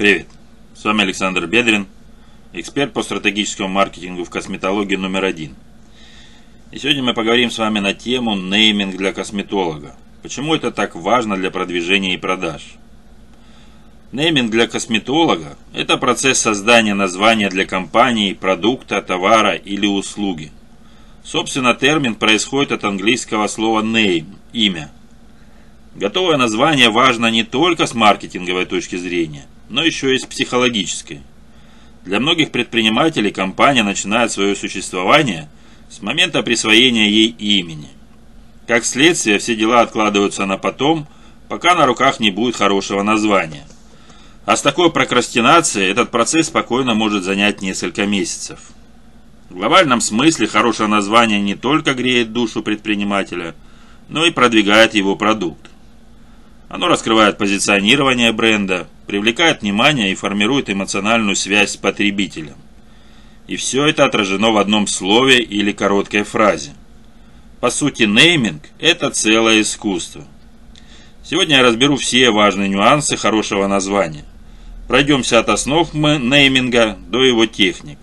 Привет, с вами Александр Бедрин, эксперт по стратегическому маркетингу в косметологии номер 1. И сегодня мы поговорим с вами на тему нейминг для косметолога. Почему это так важно для продвижения и продаж? Нейминг для косметолога – это процесс создания названия для компании, продукта, товара или услуги. Собственно, термин происходит от английского слова name – имя. Готовое название важно не только с маркетинговой точки зрения, но еще и с психологической. Для многих предпринимателей компания начинает свое существование с момента присвоения ей имени. Как следствие, все дела откладываются на потом, пока на руках не будет хорошего названия. А с такой прокрастинацией этот процесс спокойно может занять несколько месяцев. В глобальном смысле хорошее название не только греет душу предпринимателя, но и продвигает его продукт. Оно раскрывает позиционирование бренда, привлекает внимание и формирует эмоциональную связь с потребителем. И все это отражено в одном слове или короткой фразе. По сути, нейминг – это целое искусство. Сегодня я разберу все важные нюансы хорошего названия. Пройдемся от основ нейминга до его техник.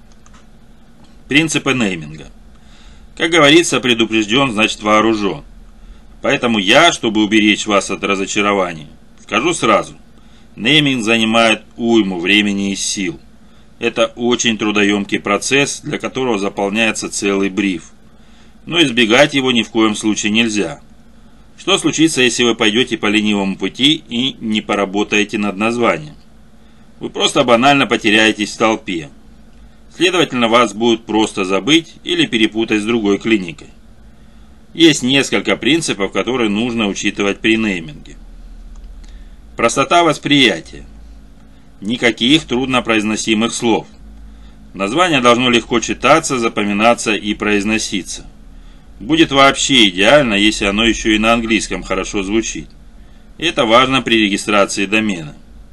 Принципы нейминга. Как говорится, предупрежден, значит вооружен. Поэтому я, чтобы уберечь вас от разочарования, скажу сразу. Нейминг занимает уйму времени и сил. Это очень трудоемкий процесс, для которого заполняется целый бриф. Но избегать его ни в коем случае нельзя. Что случится, если вы пойдете по ленивому пути и не поработаете над названием? Вы просто банально потеряетесь в толпе. Следовательно, вас будут просто забыть или перепутать с другой клиникой. Есть несколько принципов, которые нужно учитывать при нейминге. Простота восприятия. Никаких труднопроизносимых слов. Название должно легко читаться, запоминаться и произноситься. Будет вообще идеально, если оно еще и на английском хорошо звучит. Это важно при регистрации домена.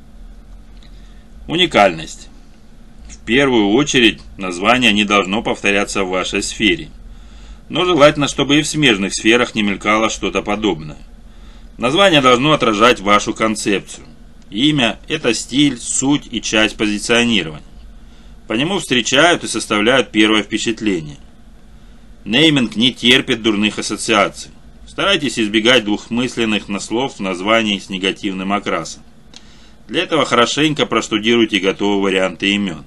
Уникальность. В первую очередь, название не должно повторяться в вашей сфере. Но желательно, чтобы и в смежных сферах не мелькало что-то подобное. Название должно отражать вашу концепцию. Имя – это стиль, суть и часть позиционирования. По нему встречают и составляют первое впечатление. Нейминг не терпит дурных ассоциаций. Старайтесь избегать двухсмысленных слов в названии с негативным окрасом. Для этого хорошенько проштудируйте готовые варианты имен.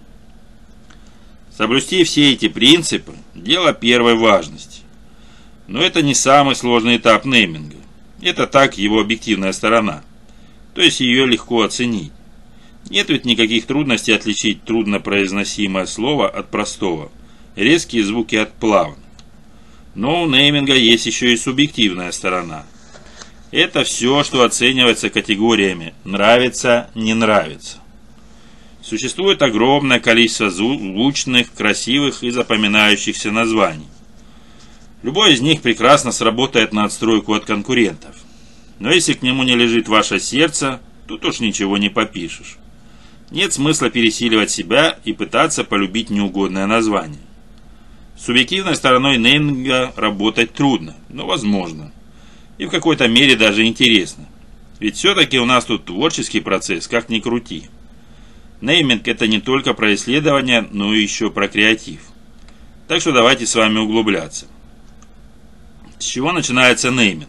Соблюсти все эти принципы – дело первой важности. Но это не самый сложный этап нейминга. Это так его объективная сторона. То есть ее легко оценить. Нет ведь никаких трудностей отличить труднопроизносимое слово от простого, резкие звуки от плавных. Но у нейминга есть еще и субъективная сторона. Это все, что оценивается категориями «нравится», «не нравится». Существует огромное количество звучных, красивых и запоминающихся названий. Любой из них прекрасно сработает на отстройку от конкурентов. Но если к нему не лежит ваше сердце, тут уж ничего не попишешь. Нет смысла пересиливать себя и пытаться полюбить неугодное название. С субъективной стороной нейминга работать трудно, но возможно. И в какой-то мере даже интересно. Ведь все-таки у нас тут творческий процесс, как ни крути. Нейминг – это не только про исследование, но и еще про креатив. Так что давайте с вами углубляться. С чего начинается нейминг?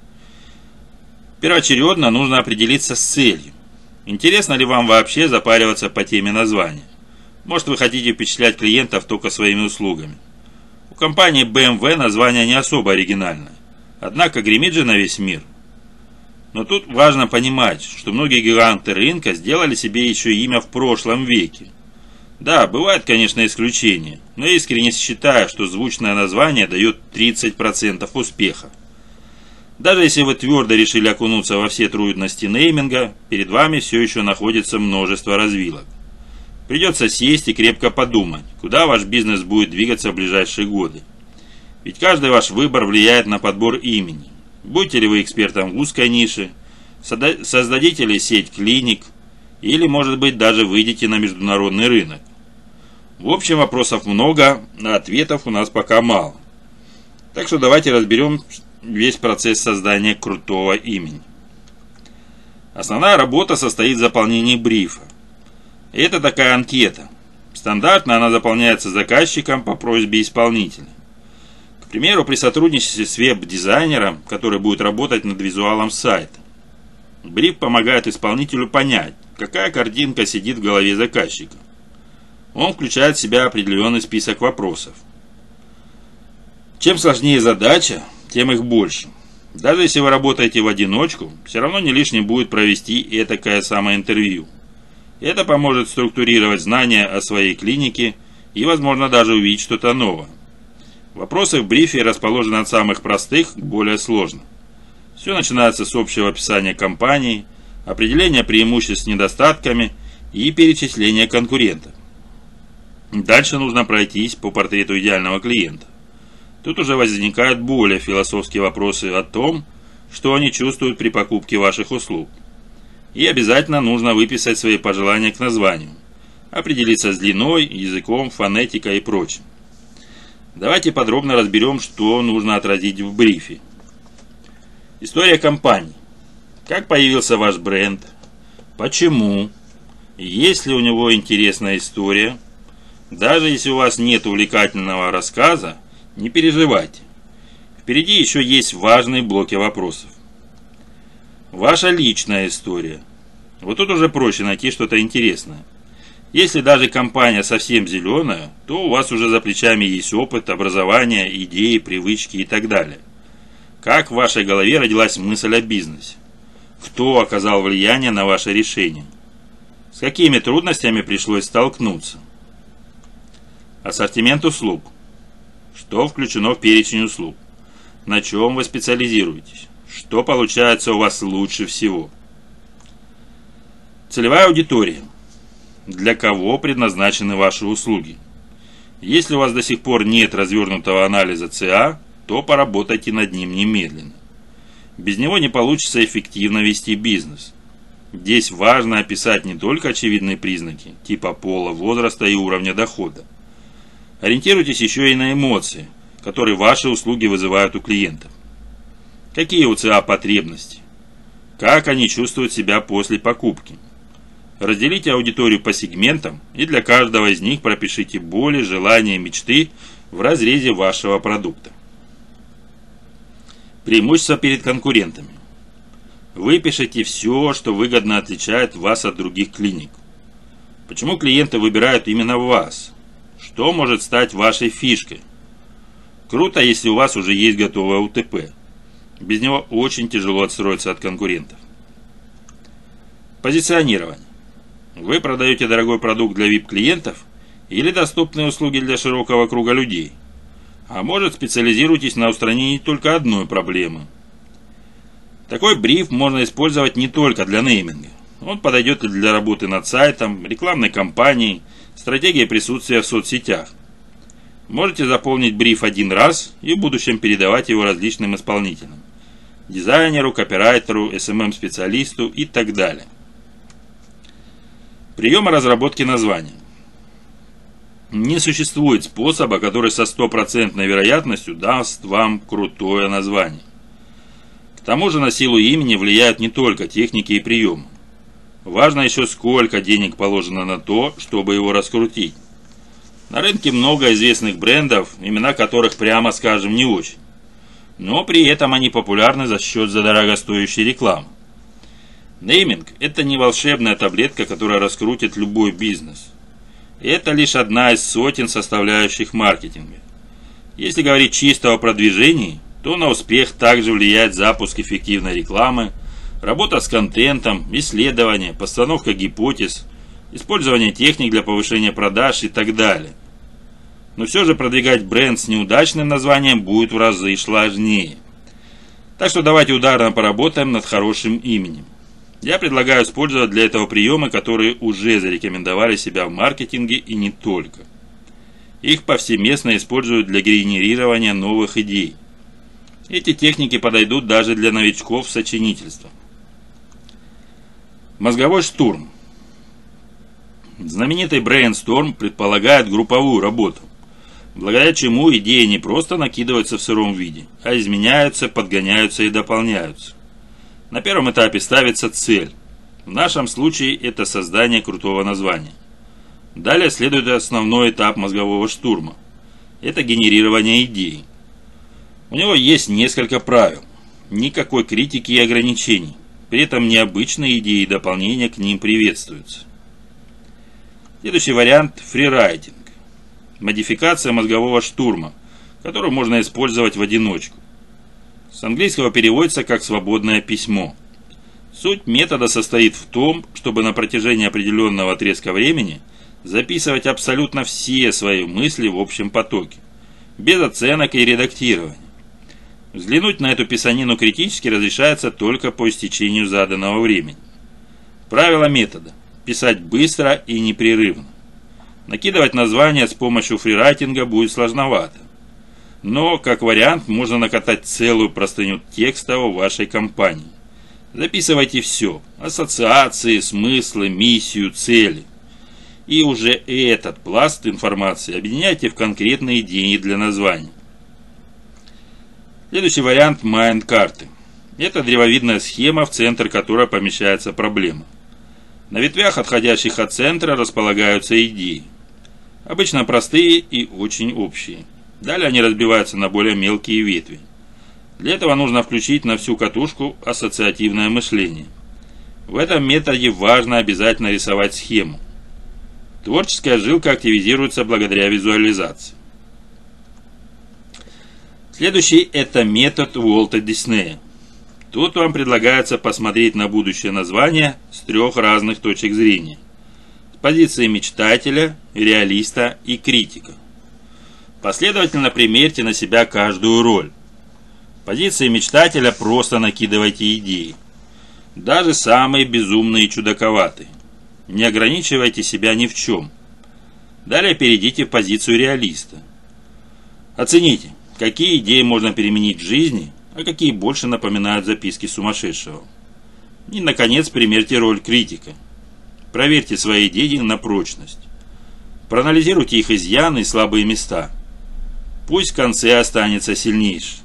Первоочередно нужно определиться с целью. Интересно ли вам вообще запариваться по теме названия? Может, вы хотите впечатлять клиентов только своими услугами? У компании BMW название не особо оригинальное. Однако гремит же на весь мир. Но тут важно понимать, что многие гиганты рынка сделали себе еще имя в прошлом веке. Да, бывают, конечно, исключения, но я искренне считаю, что звучное название дает 30% успеха. Даже если вы твердо решили окунуться во все трудности нейминга, перед вами все еще находится множество развилок. Придется сесть и крепко подумать, куда ваш бизнес будет двигаться в ближайшие годы. Ведь каждый ваш выбор влияет на подбор имени. Будете ли вы экспертом в узкой нише, создадите ли сеть клиник, или, может быть, даже выйдете на международный рынок. В общем, вопросов много, а ответов у нас пока мало. Так что давайте разберем весь процесс создания крутого имени. Основная работа состоит в заполнении брифа. Это такая анкета. Стандартно она заполняется заказчиком по просьбе исполнителя. К примеру, при сотрудничестве с веб-дизайнером, который будет работать над визуалом сайта. Бриф помогает исполнителю понять, какая картинка сидит в голове заказчика. Он включает в себя определенный список вопросов. Чем сложнее задача, тем их больше. Даже если вы работаете в одиночку, все равно не лишним будет провести этакое самоинтервью. Это поможет структурировать знания о своей клинике и, возможно, даже увидеть что-то новое. Вопросы в брифе расположены от самых простых к более сложным. Все начинается с общего описания компании, определения преимуществ с недостатками и перечисления конкурентов. Дальше нужно пройтись по портрету идеального клиента. Тут уже возникают более философские вопросы о том, что они чувствуют при покупке ваших услуг. И обязательно нужно выписать свои пожелания к названию, определиться с длиной, языком, фонетикой и прочим. Давайте подробно разберем, что нужно отразить в брифе. История компании. Как появился ваш бренд? Почему? Есть ли у него интересная история? Даже если у вас нет увлекательного рассказа, не переживайте. Впереди еще есть важные блоки вопросов. Ваша личная история. Вот тут уже проще найти что-то интересное. Если даже компания совсем зеленая, то у вас уже за плечами есть опыт, образование, идеи, привычки и так далее. Как в вашей голове родилась мысль о бизнесе? Кто оказал влияние на ваше решение? С какими трудностями пришлось столкнуться? Ассортимент услуг. Что включено в перечень услуг? На чем вы специализируетесь? Что получается у вас лучше всего? Целевая аудитория. Для кого предназначены ваши услуги? Если у вас до сих пор нет развернутого анализа ЦА, то поработайте над ним немедленно. Без него не получится эффективно вести бизнес. Здесь важно описать не только очевидные признаки, типа пола, возраста и уровня дохода. Ориентируйтесь еще и на эмоции, которые ваши услуги вызывают у клиентов. Какие у ЦА потребности? Как они чувствуют себя после покупки? Разделите аудиторию по сегментам и для каждого из них пропишите боли, желания, мечты в разрезе вашего продукта. Преимущества перед конкурентами. Выпишите все, что выгодно отличает вас от других клиник. Почему клиенты выбирают именно вас? Что может стать вашей фишкой? Круто, если у вас уже есть готовое УТП. Без него очень тяжело отстроиться от конкурентов. Позиционирование. Вы продаете дорогой продукт для VIP-клиентов или доступные услуги для широкого круга людей? А может, специализируйтесь на устранении только одной проблемы. Такой бриф можно использовать не только для нейминга. Он подойдет и для работы над сайтом, рекламной кампанией, стратегией присутствия в соцсетях. Можете заполнить бриф один раз и в будущем передавать его различным исполнителям. Дизайнеру, копирайтеру, SMM-специалисту и так далее. Приемы разработки названия. Не существует способа, который со стопроцентной вероятностью даст вам крутое название. К тому же на силу имени влияют не только техники и приемы. Важно еще, сколько денег положено на то, чтобы его раскрутить. На рынке много известных брендов, имена которых, прямо скажем, не очень. Но при этом они популярны за счет дорогостоящей рекламы. Нейминг – это не волшебная таблетка, которая раскрутит любой бизнес. Это лишь одна из сотен составляющих маркетинга. Если говорить чисто о продвижении, то на успех также влияет запуск эффективной рекламы, работа с контентом, исследование, постановка гипотез, использование техник для повышения продаж и так далее. Но все же продвигать бренд с неудачным названием будет в разы сложнее. Так что давайте ударно поработаем над хорошим именем. Я предлагаю использовать для этого приемы, которые уже зарекомендовали себя в маркетинге и не только. Их повсеместно используют для генерирования новых идей. Эти техники подойдут даже для новичков в сочинительстве. Мозговой штурм. Знаменитый брейнсторм предполагает групповую работу, благодаря чему идеи не просто накидываются в сыром виде, а изменяются, подгоняются и дополняются. На первом этапе ставится цель. В нашем случае это создание крутого названия. Далее следует основной этап мозгового штурма. Это генерирование идей. У него есть несколько правил. Никакой критики и ограничений. При этом необычные идеи и дополнения к ним приветствуются. Следующий вариант – фрирайтинг. Модификация мозгового штурма, которую можно использовать в одиночку. С английского переводится как «свободное письмо». Суть метода состоит в том, чтобы на протяжении определенного отрезка времени записывать абсолютно все свои мысли в общем потоке, без оценок и редактирования. Взглянуть на эту писанину критически разрешается только по истечению заданного времени. Правило метода – писать быстро и непрерывно. Накидывать названия с помощью фрирайтинга будет сложновато. Но, как вариант, можно накатать целую простыню текста о вашей компании. Записывайте все – ассоциации, смыслы, миссию, цели. И уже этот пласт информации объединяйте в конкретные идеи для названия. Следующий вариант – майнд-карты. Это древовидная схема, в центр которой помещается проблема. На ветвях, отходящих от центра, располагаются идеи. Обычно простые и очень общие. Далее они разбиваются на более мелкие ветви. Для этого нужно включить на всю катушку ассоциативное мышление. В этом методе важно обязательно рисовать схему. Творческая жилка активизируется благодаря визуализации. Следующий – это метод Уолта Диснея. Тут вам предлагается посмотреть на будущее название с 3 разных точек зрения. С позиции мечтателя, реалиста и критика. Последовательно примерьте на себя каждую роль. С позиции мечтателя просто накидывайте идеи. Даже самые безумные и чудаковатые. Не ограничивайте себя ни в чем. Далее перейдите в позицию реалиста. Оцените, какие идеи можно применить в жизни, а какие больше напоминают записки сумасшедшего. И, наконец, примерьте роль критика. Проверьте свои идеи на прочность. Проанализируйте их изъяны и слабые места. Пусть в конце останется сильнейший.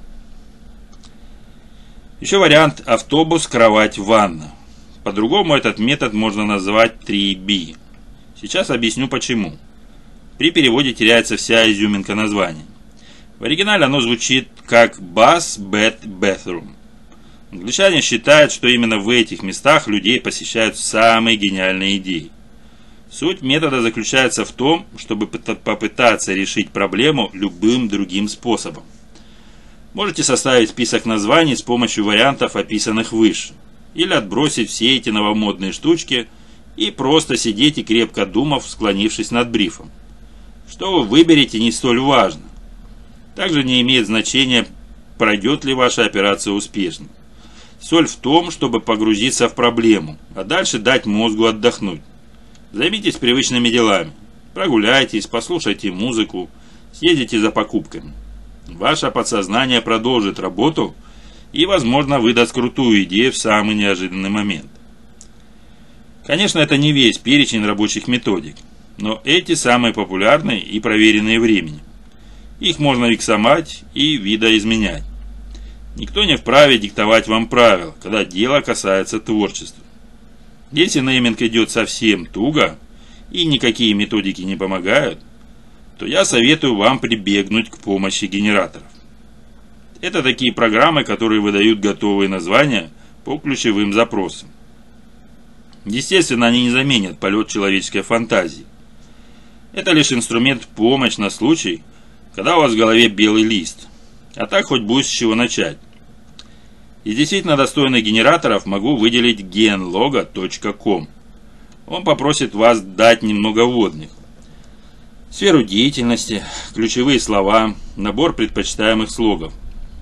Еще вариант автобус, кровать, ванна. По-другому этот метод можно назвать 3B. Сейчас объясню почему. При переводе теряется вся изюминка названия. В оригинале оно звучит как Bus, Bed, Bathroom. Англичане считают, что именно в этих местах людей посещают самые гениальные идеи. Суть метода заключается в том, чтобы попытаться решить проблему любым другим способом. Можете составить список названий с помощью вариантов, описанных выше. Или отбросить все эти новомодные штучки и просто сидеть и крепко думав, склонившись над брифом. Что вы выберете, не столь важно. Также не имеет значения, пройдет ли ваша операция успешно. Соль в том, чтобы погрузиться в проблему, а дальше дать мозгу отдохнуть. Займитесь привычными делами. Прогуляйтесь, послушайте музыку, съездите за покупками. Ваше подсознание продолжит работу и, возможно, выдаст крутую идею в самый неожиданный момент. Конечно, это не весь перечень рабочих методик, но эти самые популярные и проверенные временем. Их можно иксовать и видоизменять. Никто не вправе диктовать вам правила, когда дело касается творчества. Если нейминг идет совсем туго и никакие методики не помогают, то я советую вам прибегнуть к помощи генераторов. Это такие программы, которые выдают готовые названия по ключевым запросам. Естественно, они не заменят полет человеческой фантазии. Это лишь инструмент помощи на случай, когда у вас в голове белый лист. А так хоть будет с чего начать. Из действительно достойных генераторов могу выделить genlogo.com. Он попросит вас дать немного вводных. Сферу деятельности, ключевые слова, набор предпочитаемых слогов.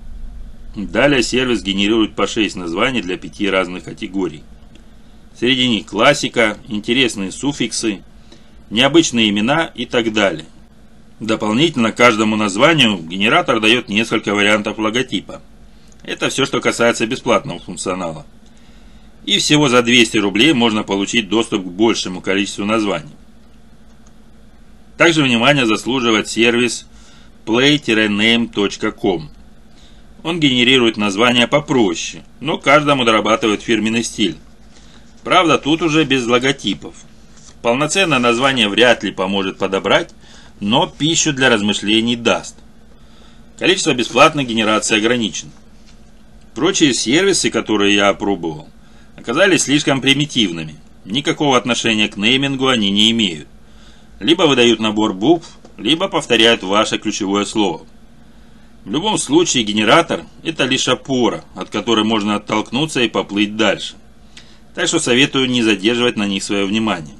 Далее сервис генерирует по 6 названий для 5 разных категорий. Среди них классика, интересные суффиксы, необычные имена и так далее. Дополнительно к каждому названию генератор дает несколько вариантов логотипа. Это все, что касается бесплатного функционала. И всего за 200 рублей можно получить доступ к большему количеству названий. Также внимание заслуживает сервис play-name.com. Он генерирует названия попроще, но каждому дорабатывает фирменный стиль. Правда, тут уже без логотипов. Полноценное название вряд ли поможет подобрать, но пищу для размышлений даст. Количество бесплатной генерации ограничено. Прочие сервисы, которые я опробовал, оказались слишком примитивными. Никакого отношения к неймингу они не имеют. Либо выдают набор букв, либо повторяют ваше ключевое слово. В любом случае генератор – это лишь опора, от которой можно оттолкнуться и поплыть дальше. Так что советую не задерживать на них свое внимание.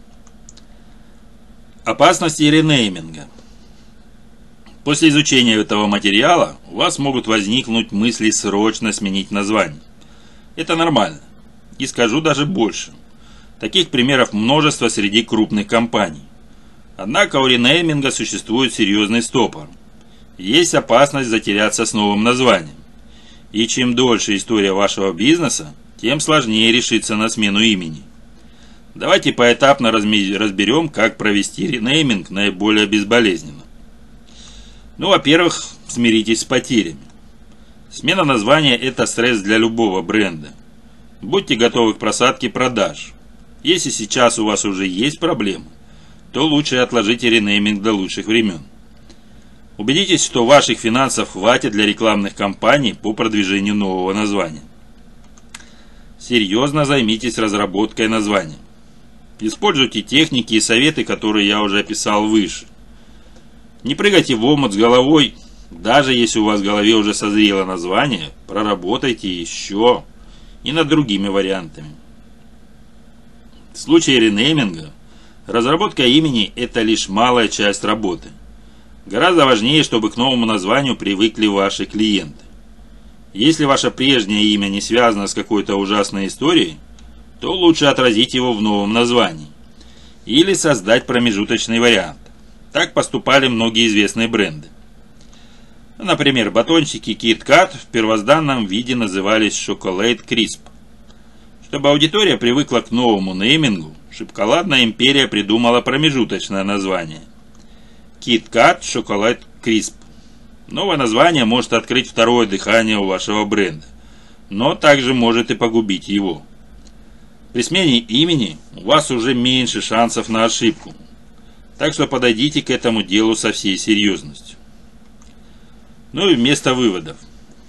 Опасности ренейминга. После изучения этого материала у вас могут возникнуть мысли срочно сменить название. Это нормально. И скажу даже больше. Таких примеров множество среди крупных компаний. Однако у ренейминга существует серьезный стопор. Есть опасность затеряться с новым названием. И чем дольше история вашего бизнеса, тем сложнее решиться на смену имени. Давайте поэтапно разберем, как провести ренейминг наиболее безболезненно. Во-первых, смиритесь с потерями. Смена названия – это стресс для любого бренда. Будьте готовы к просадке продаж. Если сейчас у вас уже есть проблемы, то лучше отложите ренейминг до лучших времен. Убедитесь, что ваших финансов хватит для рекламных кампаний по продвижению нового названия. Серьезно займитесь разработкой названия. Используйте техники и советы, которые я уже описал выше. Не прыгайте в омут с головой, даже если у вас в голове уже созрело название, проработайте еще и над другими вариантами. В случае ренейминга разработка имени – это лишь малая часть работы. Гораздо важнее, чтобы к новому названию привыкли ваши клиенты. Если ваше прежнее имя не связано с какой-то ужасной историей, то лучше отразить его в новом названии. Или создать промежуточный вариант. Так поступали многие известные бренды. Например, батончики KitKat в первозданном виде назывались Chocolate Crisp. Чтобы аудитория привыкла к новому неймингу, шоколадная империя придумала промежуточное название KitKat Chocolate Crisp. Новое название может открыть второе дыхание у вашего бренда, но также может и погубить его. При смене имени у вас уже меньше шансов на ошибку, так что подойдите к этому делу со всей серьезностью. И вместо выводов.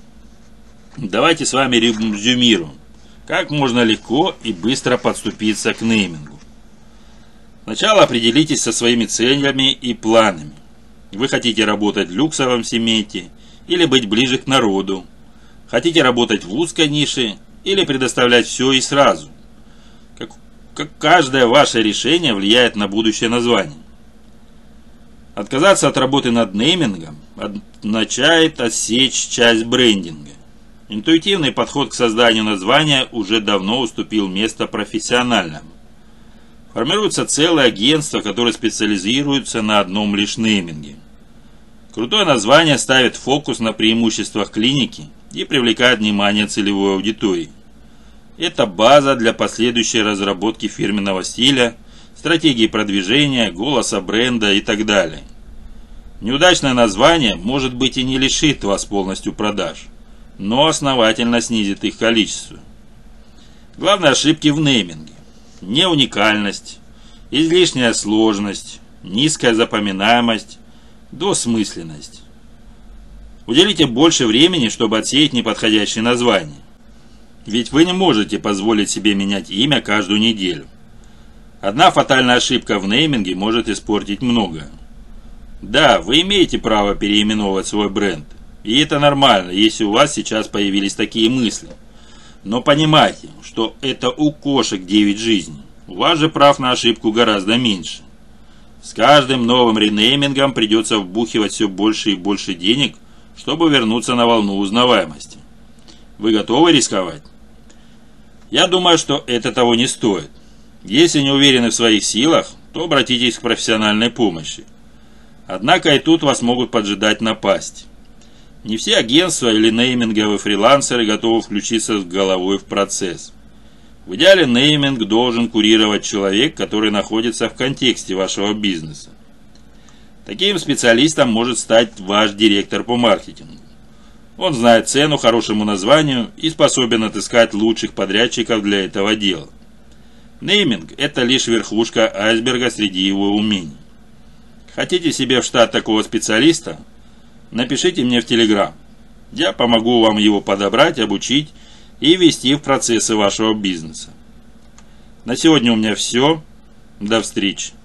Давайте с вами резюмируем, как можно легко и быстро подступиться к неймингу. Сначала определитесь со своими целями и планами. Вы хотите работать в люксовом сегменте или быть ближе к народу? Хотите работать в узкой нише или предоставлять все и сразу? Как каждое ваше решение влияет на будущее название. Отказаться от работы над неймингом означает отсечь часть брендинга. Интуитивный подход к созданию названия уже давно уступил место профессиональному. Формируется целое агентство, которое специализируется на одном лишь нейминге. Крутое название ставит фокус на преимуществах клиники и привлекает внимание целевой аудитории. Это база для последующей разработки фирменного стиля, стратегии продвижения, голоса бренда и так далее. Неудачное название, может быть, и не лишит вас полностью продаж, но основательно снизит их количество. Главные ошибки в нейминге: неуникальность, излишняя сложность, низкая запоминаемость, двусмысленность. Уделите больше времени, чтобы отсеять неподходящие названия. Ведь вы не можете позволить себе менять имя каждую неделю. Одна фатальная ошибка в нейминге может испортить многое. Да, вы имеете право переименовывать свой бренд. И это нормально, если у вас сейчас появились такие мысли. Но понимайте, что это у кошек 9 жизней. У вас же прав на ошибку гораздо меньше. С каждым новым ренеймингом придется вбухивать все больше и больше денег, чтобы вернуться на волну узнаваемости. Вы готовы рисковать? Я думаю, что это того не стоит. Если не уверены в своих силах, то обратитесь к профессиональной помощи. Однако и тут вас могут поджидать напасть. Не все агентства или нейминговые фрилансеры готовы включиться с головой в процесс. В идеале нейминг должен курировать человек, который находится в контексте вашего бизнеса. Таким специалистом может стать ваш директор по маркетингу. Он знает цену хорошему названию и способен отыскать лучших подрядчиков для этого дела. Нейминг – это лишь верхушка айсберга среди его умений. Хотите себе в штат такого специалиста? Напишите мне в Telegram. Я помогу вам его подобрать, обучить и ввести в процессы вашего бизнеса. На сегодня у меня все. До встречи.